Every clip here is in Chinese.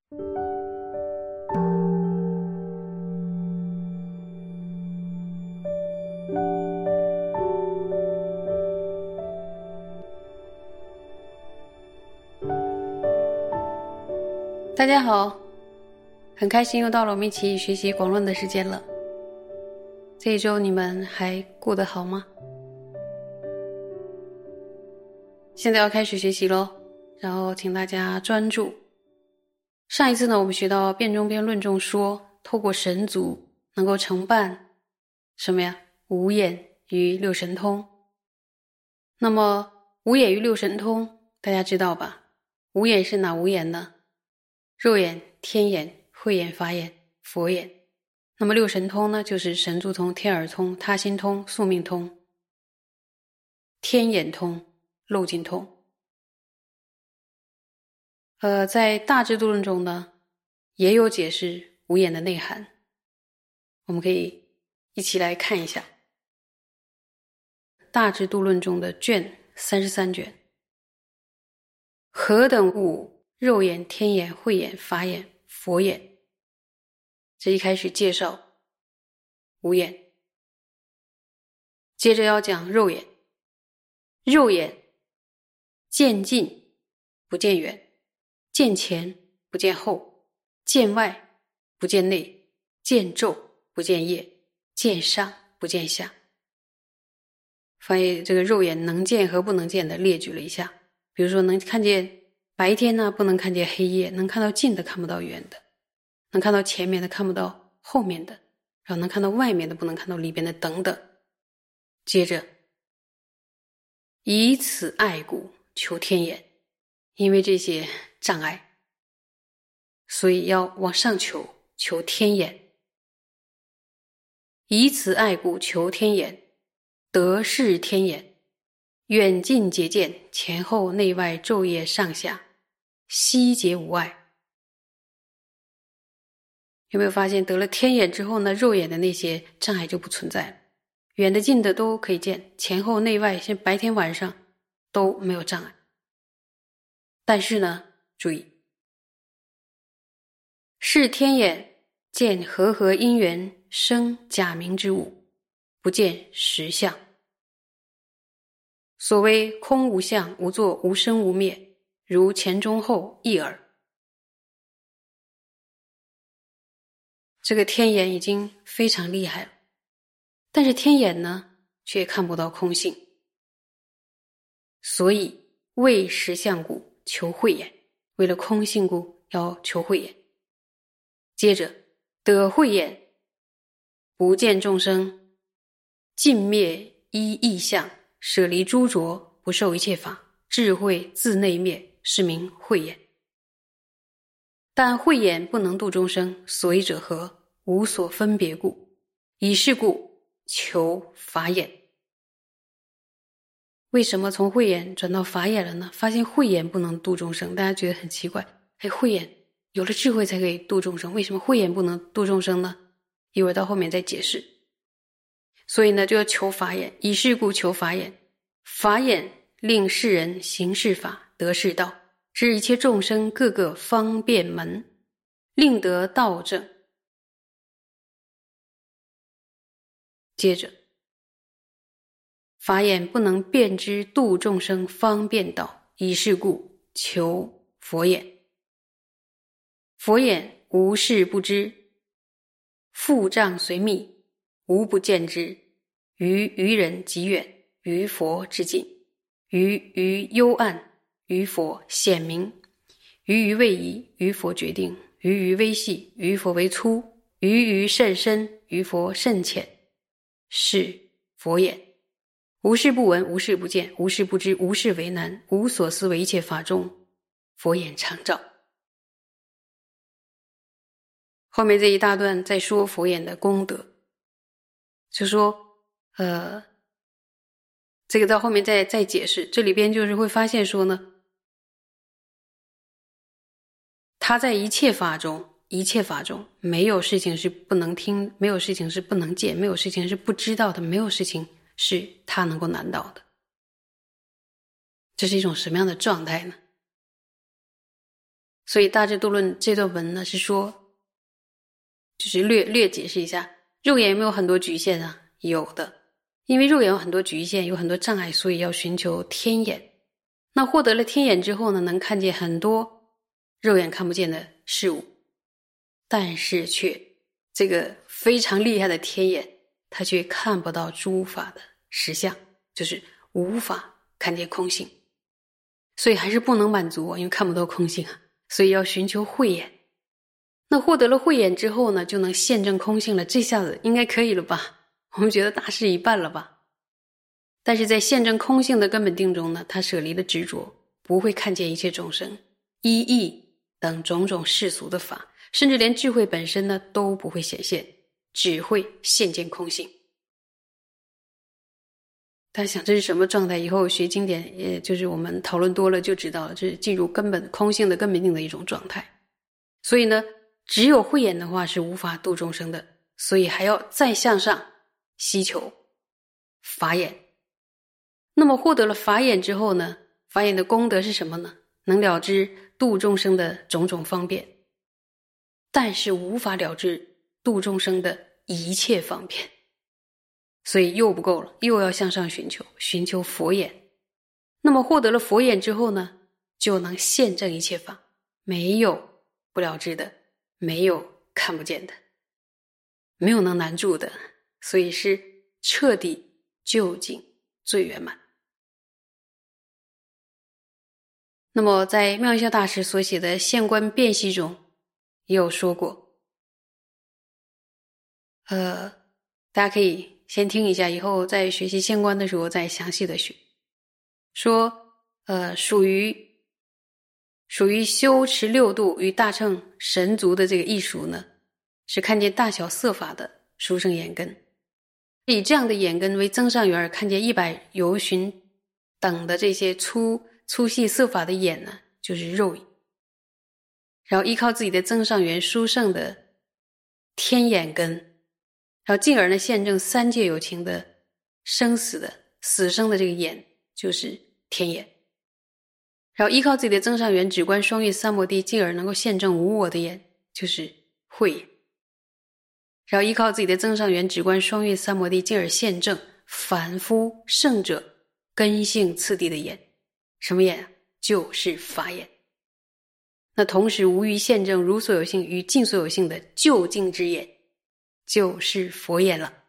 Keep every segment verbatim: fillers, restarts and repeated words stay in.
大家好，很开心又到了我们一起学习广论的时间了。这一周你们还过得好吗？现在要开始学习咯，然后请大家专注。上一次呢，我们学到辩中辩论中说，透过神足能够承办什么呀？五眼与六神通。那么五眼与六神通大家知道吧？五眼是哪五眼呢？肉眼、天眼、慧眼、法眼、佛眼。那么六神通呢，就是神足通、天耳通、他心通、宿命通、天眼通、漏尽通。呃，在大智度论中呢，也有解释五眼的内涵，我们可以一起来看一下。大智度论中的卷三十三卷，何等五？肉眼、天眼、慧眼、法眼、佛眼。这一开始介绍五眼，接着要讲肉眼。肉眼见近不见远，见前不见后，见外不见内，见昼不见夜，见上不见下。翻译这个肉眼能见和不能见的列举了一下，比如说能看见白天呢，不能看见黑夜，能看到近的看不到远的，能看到前面的看不到后面的，然后能看到外面的不能看到里边的等等。接着以此爱故求天眼，因为这些障碍，所以要往上求，求天眼。以此爱故求天眼，得是天眼，远近皆见，前后内外昼夜上下，悉皆无碍。有没有发现得了天眼之后呢，肉眼的那些障碍就不存在了，远的近的都可以见，前后内外像白天晚上都没有障碍。但是呢，注意，是天眼见和合因缘生假名之物，不见实相。所谓空无相，无作，无生无灭，如前中后一耳。这个天眼已经非常厉害了，但是天眼呢，却看不到空性，所以为实相故求慧眼，为了空性故要求慧眼。接着得慧眼，不见众生，尽灭依异相，舍离诸着，不受一切法，智慧自内灭，是名慧眼。但慧眼不能度众生，所以者何？无所分别故。以是故求法眼。为什么从慧眼转到法眼了呢？发现慧眼不能度众生，大家觉得很奇怪，哎，慧眼有了智慧才可以度众生，为什么慧眼不能度众生呢？一会儿到后面再解释。所以呢，就要求法眼，以是故求法眼。法眼令世人行是法，得是道，使一切众生各个方便门，令得道正。接着，法眼不能辨知度众生方便道，以是故求佛眼。佛眼无事不知，覆障随密，无不见之，于愚人极远，于佛至近，于于幽暗，于佛显明，于于位移，于佛决定，于于微细，于佛为粗，于于甚深，于佛甚浅，是佛眼。无事不闻，无事不见，无事不知，无事为难，无所思为一切法中，佛眼常照。后面这一大段在说佛眼的功德，就说呃，这个到后面再再解释，这里边就是会发现说呢，他在一切法中，一切法中没有事情是不能听，没有事情是不能见，没有事情是不知道的，没有事情是他能够难倒的。这是一种什么样的状态呢？ 所以《大智度论》这段文呢是说，就是略略解释一下，肉眼有没有很多局限啊？有的，因为肉眼有很多局限，有很多障碍，所以要寻求天眼。那获得了天眼之后呢，能看见很多肉眼看不见的事物，但是却这个非常厉害的天眼，它却看不到诸法的实相，就是无法看见空性，所以还是不能满足啊，因为看不到空性啊，所以要寻求慧眼。那获得了慧眼之后呢，就能现证空性了，这下子应该可以了吧？我们觉得大事一半了吧？但是在现证空性的根本定中呢，他舍离了执着，不会看见一切众生、一义等种种世俗的法，甚至连智慧本身呢都不会显现，只会现见空性。大家想这是什么状态？以后学经典，也就是我们讨论多了就知道了，这是进入根本空性的根本定的一种状态。所以呢，只有慧眼的话是无法度众生的，所以还要再向上希求法眼。那么获得了法眼之后呢，法眼的功德是什么呢？能了知度众生的种种方便，但是无法了知度众生的一切方便，所以又不够了，又要向上寻求，寻求佛眼。那么获得了佛眼之后呢，就能现证一切法，没有不了知的，没有看不见的，没有能难住的，所以是彻底究竟最圆满。那么在妙效大师所写的《现观辨析》中也有说过，呃，大家可以先听一下，以后在学习现观的时候再详细的学。说，呃，属于属于修持六度与大乘神足的这个艺术呢，是看见大小色法的殊胜眼根。以这样的眼根为增上缘，而看见一百由旬等的这些粗粗细色法的眼呢，就是肉眼。然后依靠自己的增上缘殊胜的天眼根，然后进而呢现证三界有情的生死的死生的这个眼，就是天眼。然后依靠自己的增上缘止观双运三摩地，进而能够现证无我的眼，就是慧眼。然后依靠自己的增上缘止观双运三摩地，进而现证凡夫圣者根性次第的眼，什么眼？就是法眼。那同时无余现证如所有性与尽所有性的究竟之眼，就是佛眼了。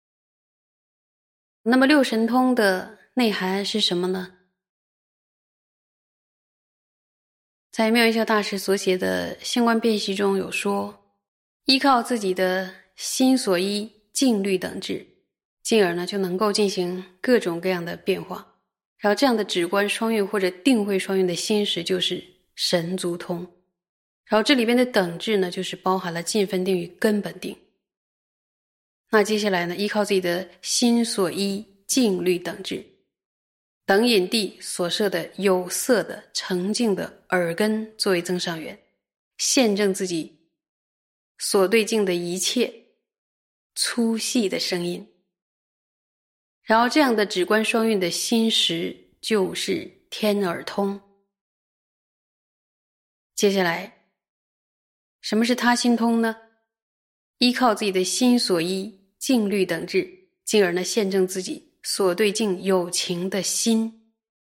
那么六神通的内涵是什么呢？在妙音效大师所写的《现观辨析》中有说，依靠自己的心所依静虑等智，进而呢就能够进行各种各样的变化。然后这样的止观双运或者定慧双运的心识就是神足通。然后这里边的等智呢，就是包含了尽分定与根本定。那接下来呢，依靠自己的心所依静虑等智，等引地所设的有色的澄净的耳根作为增上缘，现证自己所对境的一切粗细的声音。然后这样的止观双运的心识就是天耳通。接下来什么是他心通呢？依靠自己的心所依静虑等智，进而呢现证自己所对境有情的心。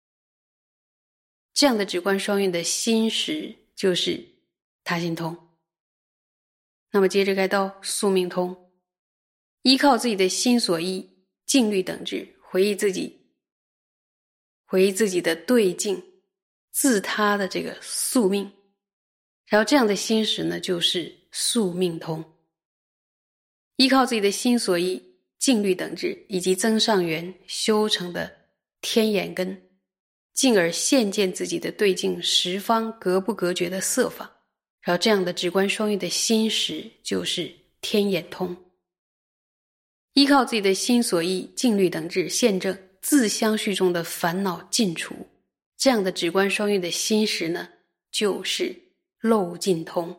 这样的止观双运的心识就是他心通。那么接着该到宿命通，依靠自己的心所依静虑等智，回忆自己回忆自己的对境自他的这个宿命。然后这样的心识呢，就是宿命通。依靠自己的心所依静虑等智以及增上缘修成的天眼根，进而现见自己的对境十方隔不隔绝的色法。然后这样的止观双运的心识就是天眼通。依靠自己的心所依静虑等智，现证自相续中的烦恼尽除，这样的止观双运的心识呢，就是漏尽通。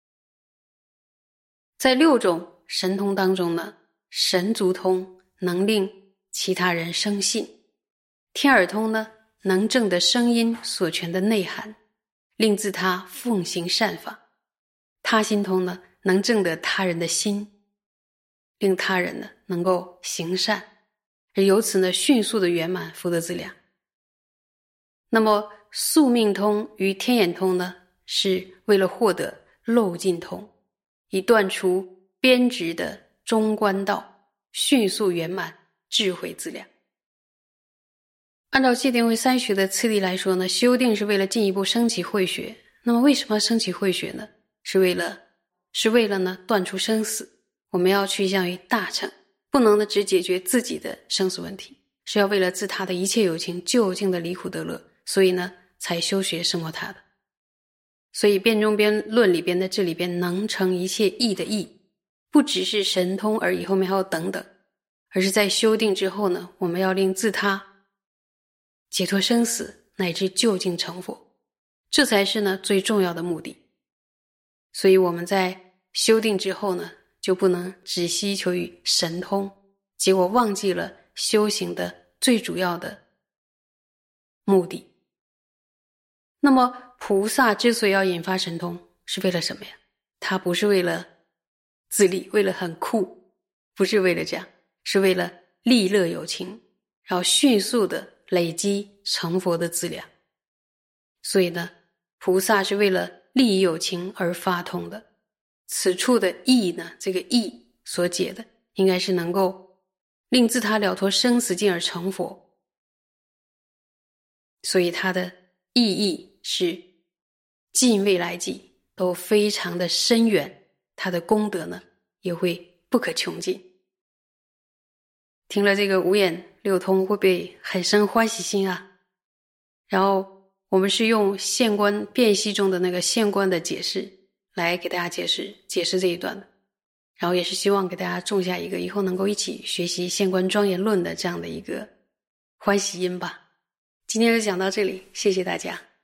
在六种神通当中呢，神足通能令其他人生信，天耳通呢能证得声音所全的内涵， 令自他奉行善法。他心通呢，能证得他人的心，令他人呢能够行善，而由此呢迅速的圆满福德资粮。那么宿命通与天眼通呢，是为了获得漏尽通，以断除边执的中观道，迅速圆满智慧资粮。按照戒定慧三学的次第来说呢，修定是为了进一步升起慧学。那么为什么要升起慧学呢？是为了是为了呢断除生死。我们要趋向于大乘，不能呢只解决自己的生死问题，是要为了自他的一切有情究竟的离苦得乐，所以呢才修学奢摩他的。所以辩中边论里边的这里边能成一切义的义，不只是神通而已，后面还有等等，而是在修定之后呢，我们要令自他解脱生死乃至究竟成佛，这才是呢最重要的目的。所以我们在修定之后呢，就不能只希求于神通，结果忘记了修行的最主要的目的。那么菩萨之所以要引发神通，是为了什么呀？他不是为了自利，为了很酷，不是为了这样，是为了利乐有情，然后迅速的累积成佛的资粮。所以呢，菩萨是为了利益有情而发通的。此处的义呢，这个义所解的应该是能够令自他了脱生死进而成佛，所以它的意义是近未来际都非常的深远，它的功德呢也会不可穷尽。听了这个五眼六通会不会很生欢喜心啊？然后我们是用现观辨析中的那个现观的解释来给大家解释解释这一段的，然后也是希望给大家种下一个以后能够一起学习现观庄严论的这样的一个欢喜因吧。今天就讲到这里，谢谢大家。